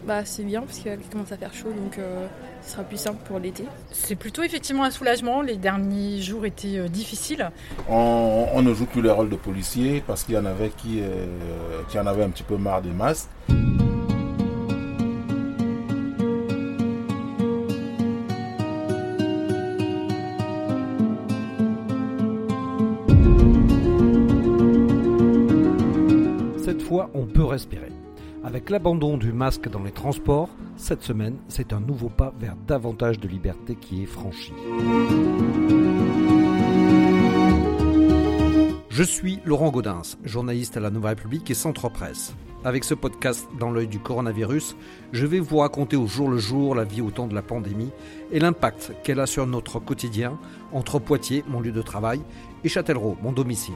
C'est bien parce qu'il commence à faire chaud, donc ce sera plus simple pour l'été. C'est plutôt effectivement un soulagement. Les derniers jours étaient difficiles. On ne joue plus le rôle de policier parce qu'il y en avait qui en avaient un petit peu marre des masques. Cette fois, on peut respirer. Avec l'abandon du masque dans les transports, cette semaine, c'est un nouveau pas vers davantage de liberté qui est franchi. Je suis Laurent Gaudens, journaliste à la Nouvelle République et Centre Presse. Avec ce podcast dans l'œil du coronavirus, je vais vous raconter au jour le jour la vie au temps de la pandémie et l'impact qu'elle a sur notre quotidien entre Poitiers, mon lieu de travail, et Châtellerault, mon domicile.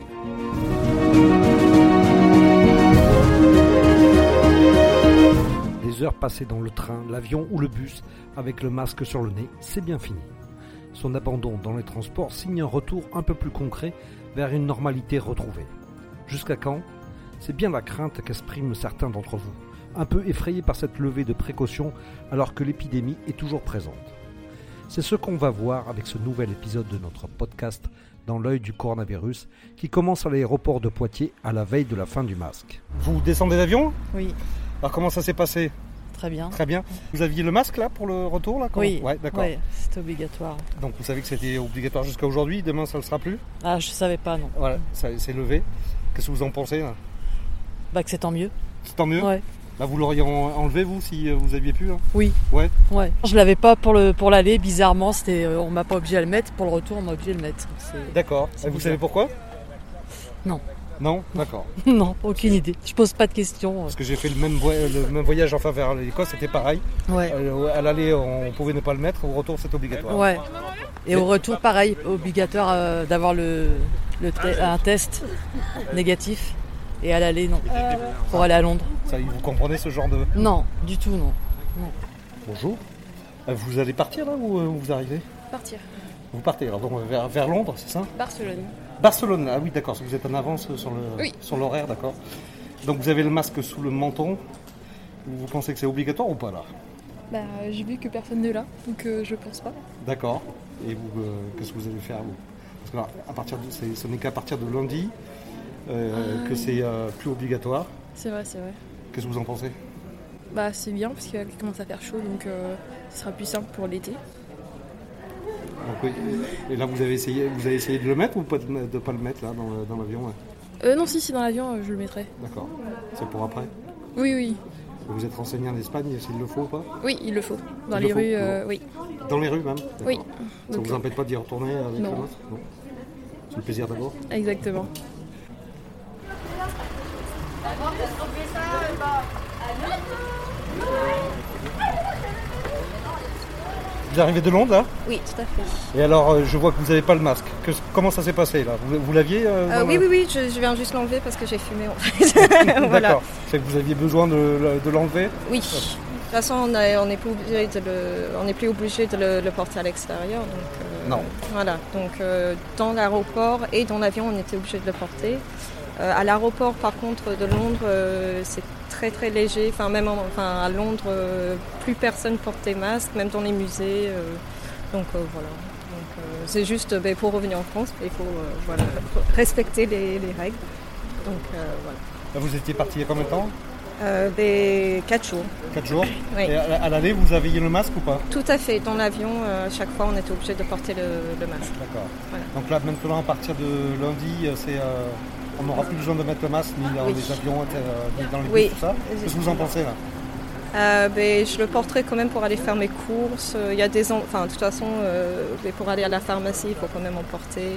Les heures passées dans le train, l'avion ou le bus avec le masque sur le nez, c'est bien fini. Son abandon dans les transports signe un retour un peu plus concret vers une normalité retrouvée. Jusqu'à quand ? C'est bien la crainte qu'expriment certains d'entre vous, un peu effrayés par cette levée de précaution alors que l'épidémie est toujours présente. C'est ce qu'on va voir avec ce nouvel épisode de notre podcast dans l'œil du coronavirus qui commence à l'aéroport de Poitiers à la veille de la fin du masque. Vous descendez d'avion ? Oui. Alors comment ça s'est passé ? Très bien. Très bien. Vous aviez le masque là pour le retour là ? Oui, ouais, d'accord. Ouais, c'était obligatoire. Donc vous savez que c'était obligatoire jusqu'à aujourd'hui, demain ça ne le sera plus ? Ah, je savais pas, non. Voilà, ça c'est levé. Qu'est-ce que vous en pensez là ? Que c'est tant mieux. C'est tant mieux ? Ouais. Là vous l'auriez enlevé vous si vous aviez pu hein ? Oui. Ouais. Ouais. Je l'avais pas pour l'aller, bizarrement, on m'a pas obligé à le mettre, pour le retour on m'a obligé de le mettre. D'accord. Et vous savez pourquoi ? Non. Non ? D'accord. Non, aucune idée. Je pose pas de questions. Parce que j'ai fait le même voyage vers l'Écosse, c'était pareil. Ouais. À l'aller, on pouvait ne pas le mettre, au retour, c'est obligatoire. Ouais. Et au retour, pareil, obligatoire d'avoir un test négatif. Et à l'aller, non. Pour aller à Londres. Ça, vous comprenez ce genre de... Non, du tout, non. Bonjour. Vous allez partir là ou vous arrivez ? Partir. Vous partez alors donc vers Londres, c'est ça ? Barcelone, ah oui d'accord, vous êtes en avance sur l'horaire, d'accord. Donc vous avez le masque sous le menton, vous pensez que c'est obligatoire ou pas là ? J'ai vu que personne n'est là, donc je pense pas. D'accord, et vous, qu'est-ce que vous allez faire vous ? Parce que là, ce n'est qu'à partir de lundi que c'est plus obligatoire. C'est vrai. Qu'est-ce que vous en pensez ? C'est bien parce qu'il commence à faire chaud, donc ce sera plus simple pour l'été. Donc, oui. Et là vous avez essayé de le mettre ou de ne pas le mettre là dans l'avion là ? Non, si dans l'avion je le mettrai. D'accord, c'est pour après ? Oui. Vous êtes renseigné en Espagne s'il le faut ou pas ? Oui, il le faut. Dans les rues, oui. Dans les rues même ? Oui. Ça ne vous empêche pas d'y retourner avec non. le masque ? Non. C'est le plaisir d'abord ? Exactement. Vous arrivez de Londres là ? Oui, tout à fait. Et alors je vois que vous n'avez pas le masque. Comment ça s'est passé là ? Vous l'aviez Oui, je viens juste l'enlever parce que j'ai fumé en fait. Voilà. D'accord. C'est que vous aviez besoin de l'enlever ? Oui. De toute façon on n'est plus obligé de le porter à l'extérieur. Donc, non. Voilà. Donc dans l'aéroport et dans l'avion on était obligé de le porter. À l'aéroport par contre de Londres c'est très très léger, même à Londres plus personne portait masque, même dans les musées, donc voilà. Donc, c'est juste pour revenir en France, il faut respecter les règles. Donc voilà. Vous étiez parti il y a combien de temps ? 4 jours. 4 jours ? Oui. Et à l'aller vous aviez le masque ou pas ? Tout à fait, dans l'avion à chaque fois on était obligé de porter le masque. D'accord. Voilà. Donc là maintenant à partir de lundi on n'aura plus besoin de mettre le masque ni dans les avions, ni dans les bus, tout ça. Qu'est-ce que vous en pensez là ? Je le porterai quand même pour aller faire mes courses. Il y a de toute façon, pour aller à la pharmacie, il faut quand même en porter.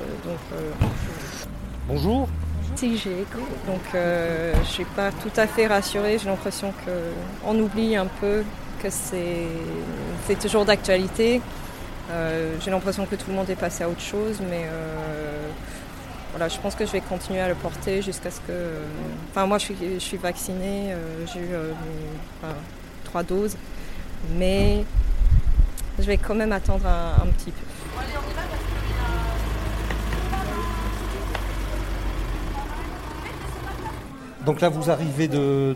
Bonjour. Si j'ai écho. Donc je ne suis pas tout à fait rassurée. J'ai l'impression qu'on oublie un peu que c'est toujours d'actualité. J'ai l'impression que tout le monde est passé à autre chose, mais voilà, je pense que je vais continuer à le porter jusqu'à ce que... moi, je suis vaccinée, j'ai eu 3 doses, mais je vais quand même attendre un petit peu. Donc là, vous arrivez de Londres, là ?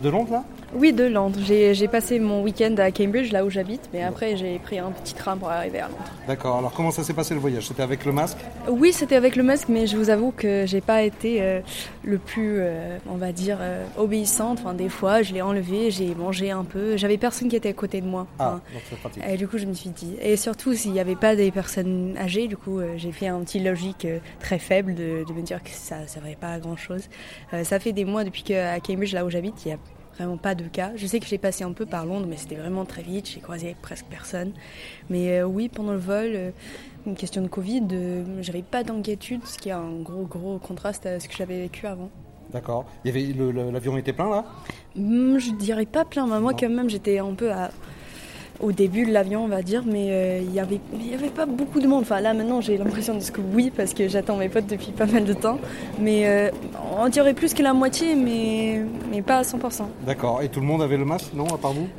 Oui, de Londres. J'ai passé mon week-end à Cambridge, là où j'habite, mais après j'ai pris un petit train pour arriver à Londres. D'accord, alors comment ça s'est passé le voyage? C'était avec le masque? Oui, c'était avec le masque, mais je vous avoue que j'ai pas été le plus, on va dire, obéissante. Enfin, des fois, je l'ai enlevé, j'ai mangé un peu. J'avais personne qui était à côté de moi. Donc c'est pratique. Et du coup, je me suis dit... Et surtout, s'il n'y avait pas des personnes âgées, du coup, j'ai fait un petit logique très faible de me dire que ça ne servait pas à grand-chose. Ça fait des mois depuis qu'à Cambridge, là où j'habite, il y a vraiment pas de cas. Je sais que j'ai passé un peu par Londres, mais c'était vraiment très vite. J'ai croisé presque personne. Mais oui, pendant le vol, une question de Covid, j'avais pas d'inquiétude, ce qui est un gros contraste à ce que j'avais vécu avant. D'accord. Il y avait l'avion était plein là? Je dirais pas plein, mais moi quand même j'étais un peu au début de l'avion, on va dire, mais il y avait pas beaucoup de monde. Enfin là maintenant j'ai l'impression de ce que oui, parce que j'attends mes potes depuis pas mal de temps, mais on dirait plus que la moitié, mais pas à 100%. D'accord. Et tout le monde avait le masque, non, à part vous?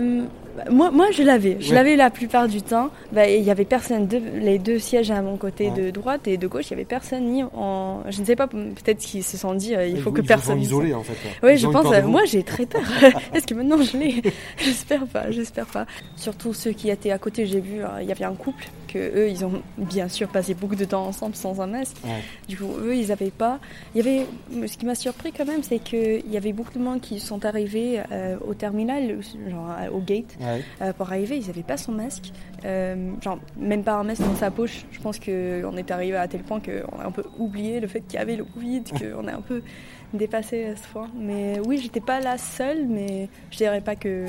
Moi je l'avais. Je l'avais la plupart du temps. Il y avait personne. Les deux sièges à mon côté de droite et de gauche, il y avait personne ni en. Je ne sais pas. Peut-être qu'ils se sont dit il faut que personne. Ils sont isolés en fait. Oui, je pense. Moi j'ai très peur. Est-ce que maintenant je l'ai? J'espère pas. Surtout ceux qui étaient à côté, j'ai vu il y avait un couple que eux ils ont bien sûr passé beaucoup de temps ensemble sans un masque. Ouais. Du coup eux ils n'avaient pas. Ce qui m'a surpris quand même, c'est qu'il y avait beaucoup de monde qui sont arrivés au terminal, genre au gate. Ouais. Pour arriver, ils n'avaient pas son masque, genre même pas un masque dans sa poche. Je pense qu'on est arrivé à tel point qu'on a un peu oublié le fait qu'il y avait le Covid, qu'on est un peu dépassé à ce point. Mais oui, j'étais pas la seule, mais je dirais pas que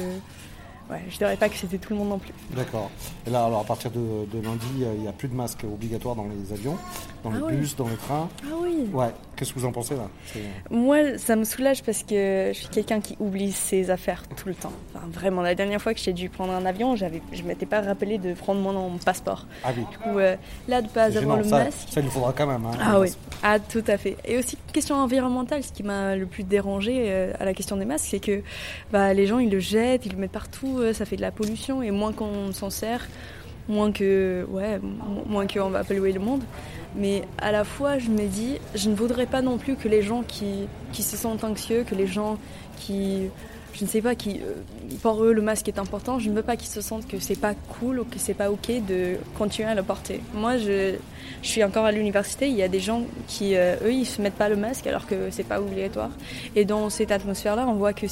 c'était tout le monde non plus. D'accord. Et là, alors à partir de lundi, il n'y a plus de masque obligatoire dans les avions, dans les bus, dans les trains. Ah oui. Ouais. Qu'est-ce que vous en pensez là? Moi, ça me soulage parce que je suis quelqu'un qui oublie ses affaires tout le temps. Enfin, vraiment, la dernière fois que j'ai dû prendre un avion, je m'étais pas rappelé de prendre mon passeport. Ah oui. Du coup, là, de pas avoir le masque. Ça, il nous faudra quand même. Hein, ah oui. Ah, tout à fait. Et aussi, question environnementale, ce qui m'a le plus dérangé à la question des masques, c'est que les gens, ils le jettent, ils le mettent partout, ça fait de la pollution, et moins qu'on s'en sert, moins qu'on va polluer le monde. Mais à la fois, je me dis, je ne voudrais pas non plus que les gens qui se sentent anxieux, que les gens qui, je ne sais pas, pour eux le masque est important, je ne veux pas qu'ils se sentent que c'est pas cool ou que c'est pas ok de continuer à le porter. Moi, je suis encore à l'université, il y a des gens qui, eux, ils se mettent pas le masque alors que c'est pas obligatoire. Et dans cette atmosphère-là, on voit que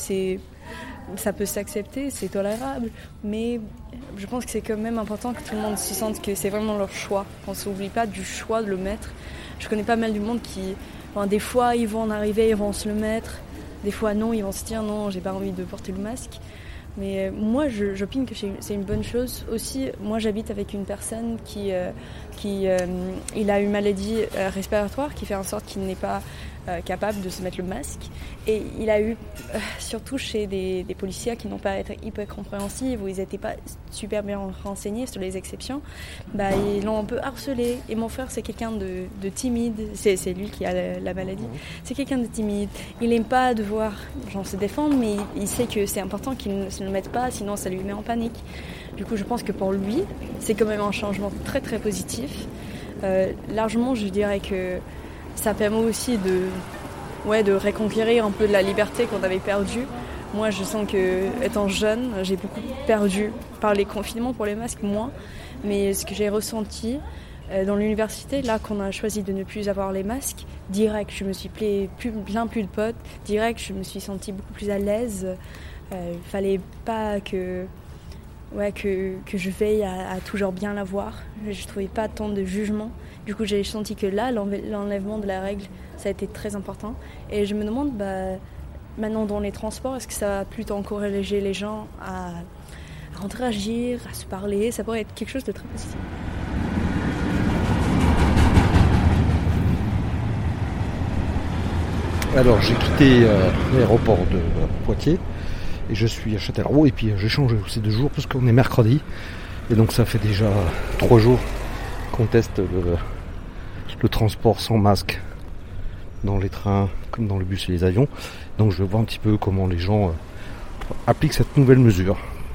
ça peut s'accepter, c'est tolérable, mais je pense que c'est quand même important que tout le monde se sente que c'est vraiment leur choix, qu'on ne s'oublie pas du choix de le mettre. Je connais pas mal du monde qui, des fois ils vont en arriver, ils vont se le mettre, des fois non, ils vont se dire non, j'ai pas envie de porter le masque. Mais moi, j'opine que c'est une bonne chose. Aussi, moi j'habite avec une personne qui il a une maladie respiratoire qui fait en sorte qu'il n'est pas capable de se mettre le masque. Et il a eu, surtout chez des policiers qui n'ont pas été hyper compréhensifs, où ils n'étaient pas super bien renseignés sur les exceptions, ils l'ont un peu harcelé. Et mon frère, c'est quelqu'un de timide, c'est lui qui a la maladie, c'est quelqu'un de timide. Il n'aime pas devoir se défendre, mais il sait que c'est important qu'il ne se le mette pas, sinon ça lui met en panique. Du coup, je pense que pour lui, c'est quand même un changement très très positif. Largement, je dirais que ça permet aussi de reconquérir un peu de la liberté qu'on avait perdue. Moi, je sens que, étant jeune, j'ai beaucoup perdu par les confinements, pour les masques, moins. Mais ce que j'ai ressenti dans l'université, là qu'on a choisi de ne plus avoir les masques, direct, je me suis plein plus de potes, direct, je me suis sentie beaucoup plus à l'aise. Il fallait pas que je veille à toujours bien l'avoir. Je trouvais pas tant de jugement. Du coup, j'ai senti que là, l'enlèvement de la règle, ça a été très important. Et je me demande, maintenant dans les transports, est-ce que ça va plutôt encourager les gens à interagir, à se parler? Ça pourrait être quelque chose de très positif. Alors, j'ai quitté l'aéroport de Poitiers. Et je suis à Châtellerault, et puis j'ai changé ces 2 jours parce qu'on est mercredi. Et donc ça fait déjà 3 jours qu'on teste le transport sans masque dans les trains, comme dans le bus et les avions. Donc je vais voir un petit peu comment les gens appliquent cette nouvelle mesure.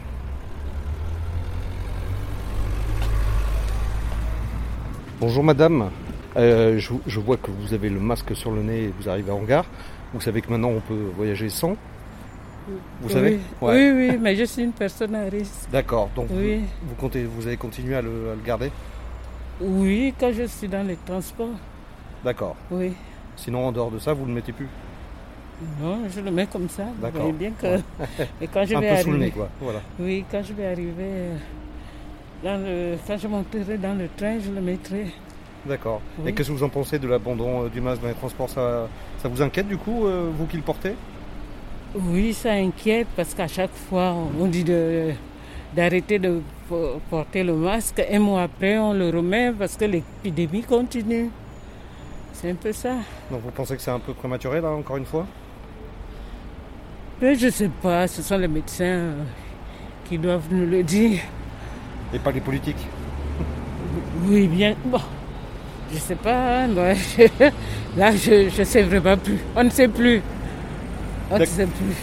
Bonjour madame, je vois que vous avez le masque sur le nez et vous arrivez en gare. Vous savez que maintenant on peut voyager sans. Vous savez? Oui, mais je suis une personne à risque. D'accord, donc Oui. vous allez continuer à le garder? Oui, quand je suis dans les transports. D'accord. Oui. Sinon, en dehors de ça, vous ne le mettez plus? Non, je le mets comme ça. Vous D'accord. voyez bien que. Ouais. Et quand je Un vais peu arriver. sous le nez, quoi. Voilà. Oui, quand je vais arriver quand je monterai dans le train, je le mettrai. D'accord. Oui. Et qu'est-ce que vous en pensez de l'abandon du masque dans les transports? Ça vous inquiète du coup, vous qui le portez? Oui, ça inquiète parce qu'à chaque fois, on dit d'arrêter de porter le masque. Un mois après, on le remet parce que l'épidémie continue. C'est un peu ça. Donc vous pensez que c'est un peu prématuré là, encore une fois? Mais je ne sais pas, ce sont les médecins qui doivent nous le dire. Et pas les politiques? Oui, bien. Bon, je ne sais pas. Moi, là, je ne sais vraiment plus. On ne sait plus. On ne sait plus.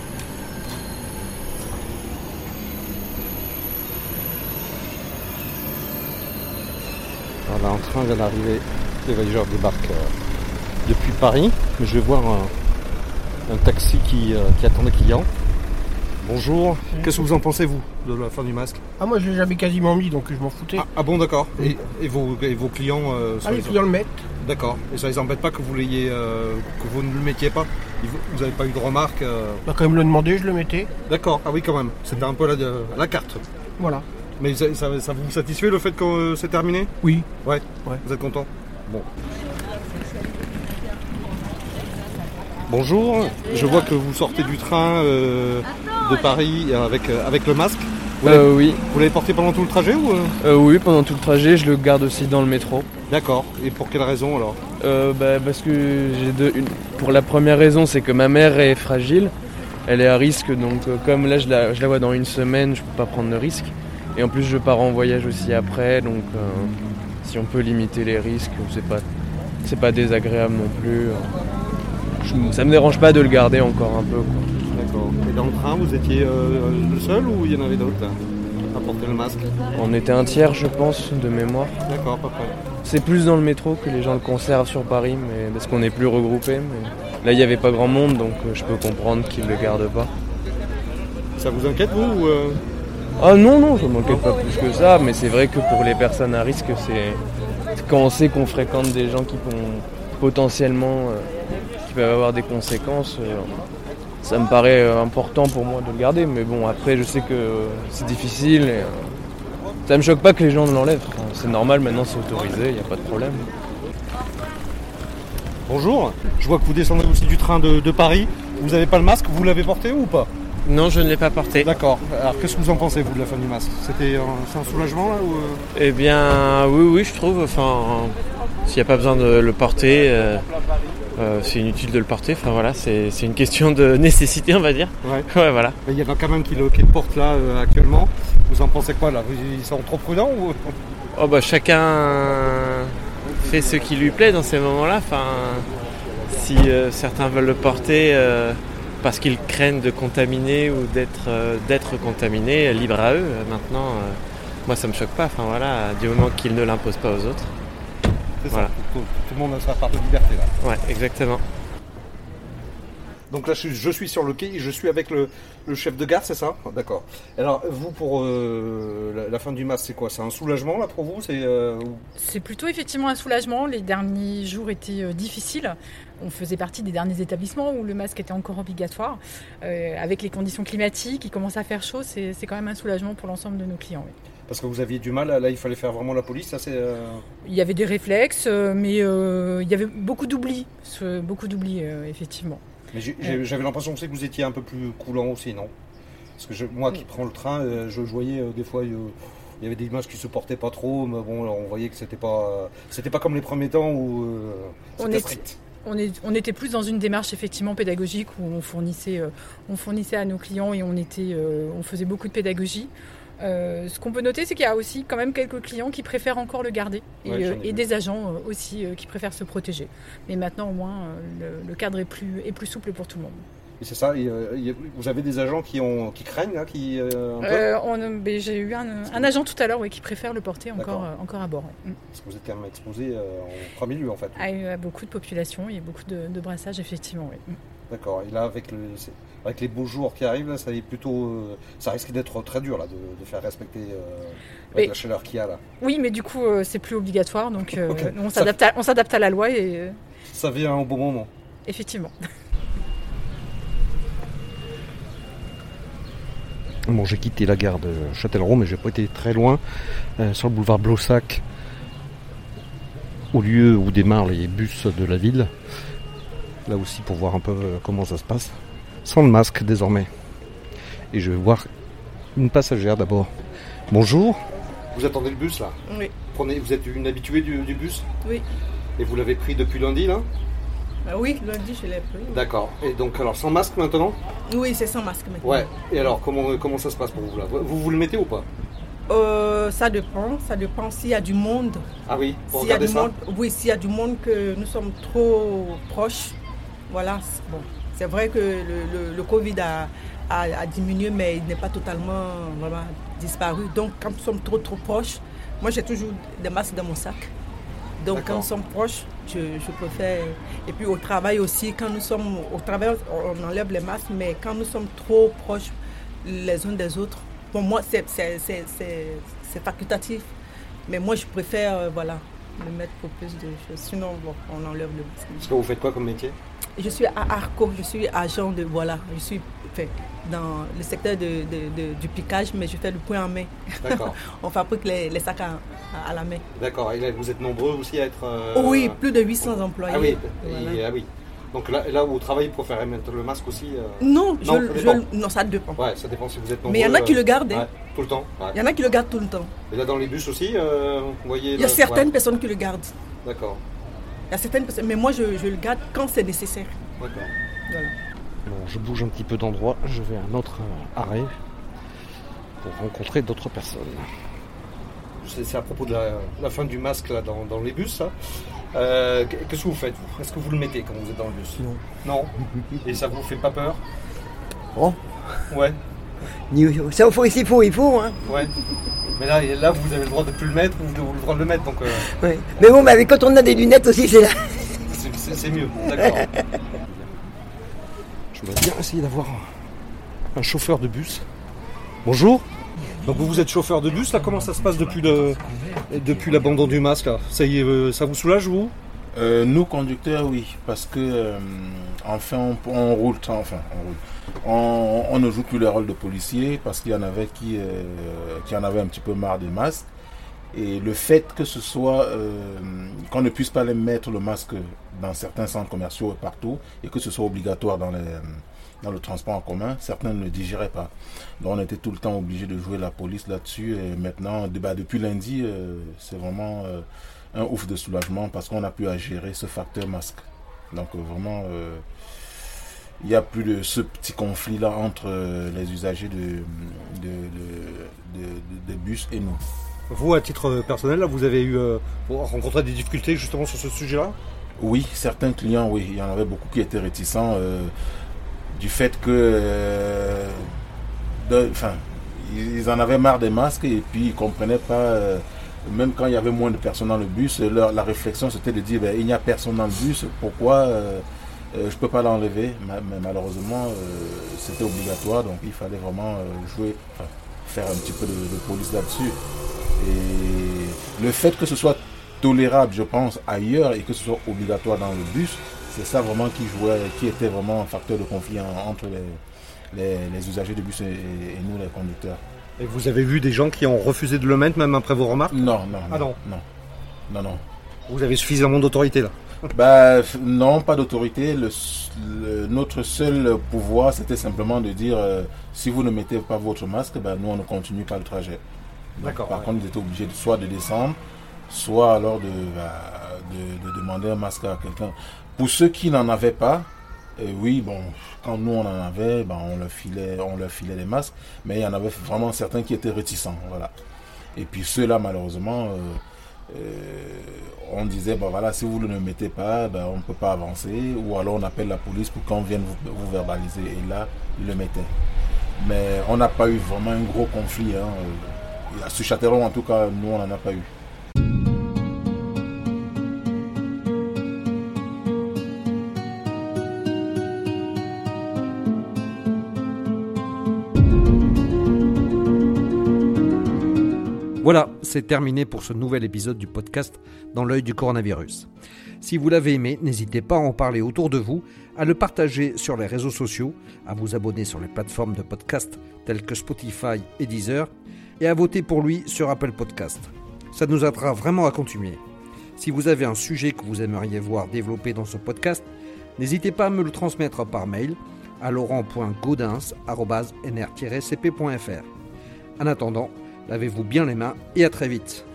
Voilà, un train vient d'arriver. Les voyageurs débarquent depuis Paris. Mais je vais voir un taxi qui attend des clients. Bonjour. Qu'est-ce que vous en pensez, vous, de la fin du masque? Ah, moi je l'ai jamais quasiment mis, donc je m'en foutais. Ah bon, d'accord. Et vos clients Les clients le mettent. D'accord. Et ça les embête pas que vous l'ayez, que vous ne le mettiez pas? Vous n'avez pas eu de remarques Bah, quand ils me le demandaient, je le mettais. D'accord. Ah oui, quand même. C'était un peu la carte. Voilà. Mais ça vous satisfait le fait que c'est terminé? Oui. Ouais. Ouais. Vous êtes content? Bon. Bonjour. Je vois que vous sortez du train de Paris avec le masque. Oui. Vous l'avez porté pendant tout le trajet ou Oui, pendant tout le trajet, je le garde aussi dans le métro. D'accord. Et pour quelle raison alors? Parce que pour la première raison, c'est que ma mère est fragile, elle est à risque, donc comme là je la vois dans une semaine, je peux pas prendre de risque. Et en plus je pars en voyage aussi après, donc si on peut limiter les risques, c'est pas désagréable non plus. Ça me dérange pas de le garder encore un peu, quoi. D'accord. Et dans le train, vous étiez le seul ou il y en avait d'autres à porter le masque? On était un tiers, je pense, de mémoire. D'accord, pas près. C'est plus dans le métro que les gens le conservent sur Paris, mais parce qu'on n'est plus regroupés. Mais là, il n'y avait pas grand monde, donc je peux comprendre qu'ils ne le gardent pas. Ça vous inquiète, vous ou Ah non, ça ne m'inquiète pas plus que ça, mais c'est vrai que pour les personnes à risque, quand on sait qu'on fréquente des gens qui potentiellement qui peuvent avoir des conséquences, ça me paraît important pour moi de le garder. Mais bon, après, je sais que c'est difficile et ça me choque pas que les gens l'enlèvent. Enfin, c'est normal, maintenant c'est autorisé, il n'y a pas de problème. Bonjour, je vois que vous descendez aussi du train de Paris. Vous n'avez pas le masque, vous l'avez porté ou pas? Non, je ne l'ai pas porté. D'accord. Alors qu'est-ce que vous en pensez, vous, de la fin du masque? C'est un soulagement là ou Eh bien, oui, je trouve. Enfin, s'il n'y a pas besoin de le porter, c'est inutile de le porter. Enfin voilà, c'est une question de nécessité, on va dire. Ouais. Ouais, voilà. Il y en a quand même qui le portent là actuellement. Vous en pensez quoi là? Ils sont trop prudents ou Oh bah chacun fait ce qui lui plaît dans ces moments-là. Enfin, si certains veulent le porter parce qu'ils craignent de contaminer ou d'être contaminés, libre à eux. Maintenant, moi ça me choque pas. Enfin voilà, du moment qu'ils ne l'imposent pas aux autres. C'est voilà. Ça, tout le monde a sa part de liberté là. Ouais, exactement. Donc là, je suis sur le quai et je suis avec le chef de gare, c'est ça? D'accord. Alors, vous, pour la fin du masque, c'est quoi? C'est un soulagement, là, pour vous? C'est plutôt effectivement un soulagement. Les derniers jours étaient difficiles. On faisait partie des derniers établissements où le masque était encore obligatoire. Avec les conditions climatiques, il commence à faire chaud, c'est quand même un soulagement pour l'ensemble de nos clients. Oui. Parce que vous aviez du mal, là, il fallait faire vraiment la police, ça c'est... Il y avait des réflexes, mais il y avait beaucoup d'oubli, effectivement. Mais j'avais l'impression aussi que vous étiez un peu plus coulant aussi, non? Parce que moi qui prends le train, je voyais des fois, il y avait des images qui se portaient pas trop, mais bon, on voyait que c'était pas comme les premiers temps où c'était strict. On était plus dans une démarche effectivement pédagogique où on fournissait à nos clients et on faisait beaucoup de pédagogie. Ce qu'on peut noter, c'est qu'il y a aussi quand même quelques clients qui préfèrent encore le garder et des agents aussi qui préfèrent se protéger. Mais maintenant, au moins, le cadre est plus souple pour tout le monde. Et c'est ça, vous avez des agents qui craignent là, j'ai eu un agent tout à l'heure qui préfère le porter encore à bord. Ouais. Parce que vous êtes quand même exposé en premier lieu en fait. À beaucoup de population et beaucoup de brassage effectivement. Oui. D'accord. Et là, avec les beaux jours qui arrivent, là, ça est plutôt, ça risque d'être très dur là, de faire respecter avec la chaleur qu'il y a là. Oui, mais du coup, c'est plus obligatoire, donc Okay. on s'adapte à la loi et Ça vient au bon moment. effectivement. Bon, j'ai quitté la gare de Châtellerault, mais j'ai pas été très loin, sur le boulevard Blossac, au lieu où démarrent les bus de la ville. Là aussi pour voir un peu comment ça se passe. Sans le masque désormais. Et je vais voir une passagère d'abord. Bonjour. Vous attendez le bus là? Oui. Vous êtes une habituée du bus? Oui. Et vous l'avez pris depuis lundi là? Oui, lundi je l'ai pris. D'accord. Et donc alors sans masque maintenant? Oui, c'est sans masque maintenant. Ouais. Et alors comment ça se passe pour vous là? Vous le mettez ou pas? Ça dépend s'il y a du monde. Ah oui, pour s'il y a regarder du ça? monde, oui, s'il y a du monde que nous sommes trop proches. Voilà, bon. C'est vrai que le Covid a diminué, mais il n'est pas totalement vraiment disparu. Donc quand nous sommes trop proches, moi j'ai toujours des masques dans mon sac. Donc D'accord. quand nous sommes proches, je préfère. Et puis au travail aussi, quand nous sommes au travail, on enlève les masques, mais quand nous sommes trop proches les uns des autres, pour moi c'est facultatif. Mais moi je préfère le mettre pour plus de choses. Sinon bon, on enlève le masque. Parce que vous faites quoi comme métier? Je suis à Arco, je suis agent de je suis dans le secteur du piquage, mais je fais le point en main. D'accord. On fabrique les sacs à la main. D'accord. Et là, vous êtes nombreux aussi à être... Oui, plus de 800 employés. Ah oui, Voilà. ah oui. Donc là où vous travaillez, vous préférez mettre le masque aussi Non, non, ça dépend. Ouais, ça dépend si vous êtes nombreux. Mais il y en a qui le gardent. Ouais, tout le temps. Ouais. Il y en a qui le gardent tout le temps. Et là dans les bus aussi, vous voyez... Il y a certaines personnes qui le gardent. D'accord. Il y a certaines personnes, mais moi je le garde quand c'est nécessaire. D'accord. Voilà. Bon, je bouge un petit peu d'endroit, je vais à un autre arrêt pour rencontrer d'autres personnes. C'est à propos de la fin du masque là, dans les bus. Là. Qu'est-ce que vous faites vous? Est-ce que vous le mettez quand vous êtes dans le bus? Non. Non. Et ça vous fait pas peur? Oh. Ouais. Ça, il faut. Hein. Ouais. Mais là, vous avez le droit de plus le mettre ou le droit de le mettre. Donc, Ouais. Mais bon, quand on a des lunettes aussi, c'est là. C'est mieux. D'accord. Je voudrais bien essayer d'avoir un chauffeur de bus. Bonjour. Donc vous êtes chauffeur de bus, là, comment ça se passe depuis l'abandon du masque là? Ça y est, ça vous soulage vous? Nous conducteurs oui, parce que enfin on roule, on ne joue plus le rôle de policier parce qu'il y en avait qui en avaient un petit peu marre des masques. Et le fait que ce soit qu'on ne puisse pas les mettre le masque dans certains centres commerciaux et partout, et que ce soit obligatoire dans le transport en commun, certains ne le digéraient pas. Donc on était tout le temps obligé de jouer la police là-dessus. Et maintenant, depuis lundi, c'est vraiment un ouf de soulagement parce qu'on a pu à gérer ce facteur masque. Donc vraiment, il n'y a plus de ce petit conflit-là entre les usagers de bus et nous. Vous, à titre personnel, là, vous avez rencontré des difficultés justement sur ce sujet-là? Oui, certains clients, oui. Il y en avait beaucoup qui étaient réticents du fait que... ils en avaient marre des masques et puis ils ne comprenaient pas... même quand il y avait moins de personnes dans le bus, la réflexion c'était de dire il n'y a personne dans le bus, pourquoi je ne peux pas l'enlever? Mais malheureusement, c'était obligatoire, donc il fallait vraiment faire un petit peu de police là-dessus. Et le fait que ce soit tolérable, je pense, ailleurs et que ce soit obligatoire dans le bus, c'est ça vraiment qui était vraiment un facteur de conflit entre les usagers de bus et nous, les conducteurs. Et vous avez vu des gens qui ont refusé de le mettre même après vos remarques? Non. Ah non. Non. Vous avez suffisamment d'autorité Non, là? pas d'autorité. Notre seul pouvoir, c'était simplement de dire si vous ne mettez pas votre masque, nous on ne continue pas le trajet. Donc, par contre, ils étaient obligés soit de descendre, soit alors de demander un masque à quelqu'un. Pour ceux qui n'en avaient pas, oui, bon, quand nous on en avait, on leur filait les masques, mais il y en avait vraiment certains qui étaient réticents, voilà. Et puis ceux-là, malheureusement, on disait, si vous ne le mettez pas, on ne peut pas avancer, ou alors on appelle la police pour qu'on vienne vous verbaliser, et là, ils le mettaient. Mais on n'a pas eu vraiment un gros conflit, à ce Châtellerault, en tout cas, nous, on n'en a pas eu. Voilà, c'est terminé pour ce nouvel épisode du podcast Dans l'œil du coronavirus. Si vous l'avez aimé, n'hésitez pas à en parler autour de vous, à le partager sur les réseaux sociaux, à vous abonner sur les plateformes de podcast telles que Spotify et Deezer, et à voter pour lui sur Apple Podcast. Ça nous aidera vraiment à continuer. Si vous avez un sujet que vous aimeriez voir développé dans ce podcast, n'hésitez pas à me le transmettre par mail à laurent.gaudens@nr-cp.fr. En attendant, lavez-vous bien les mains et à très vite.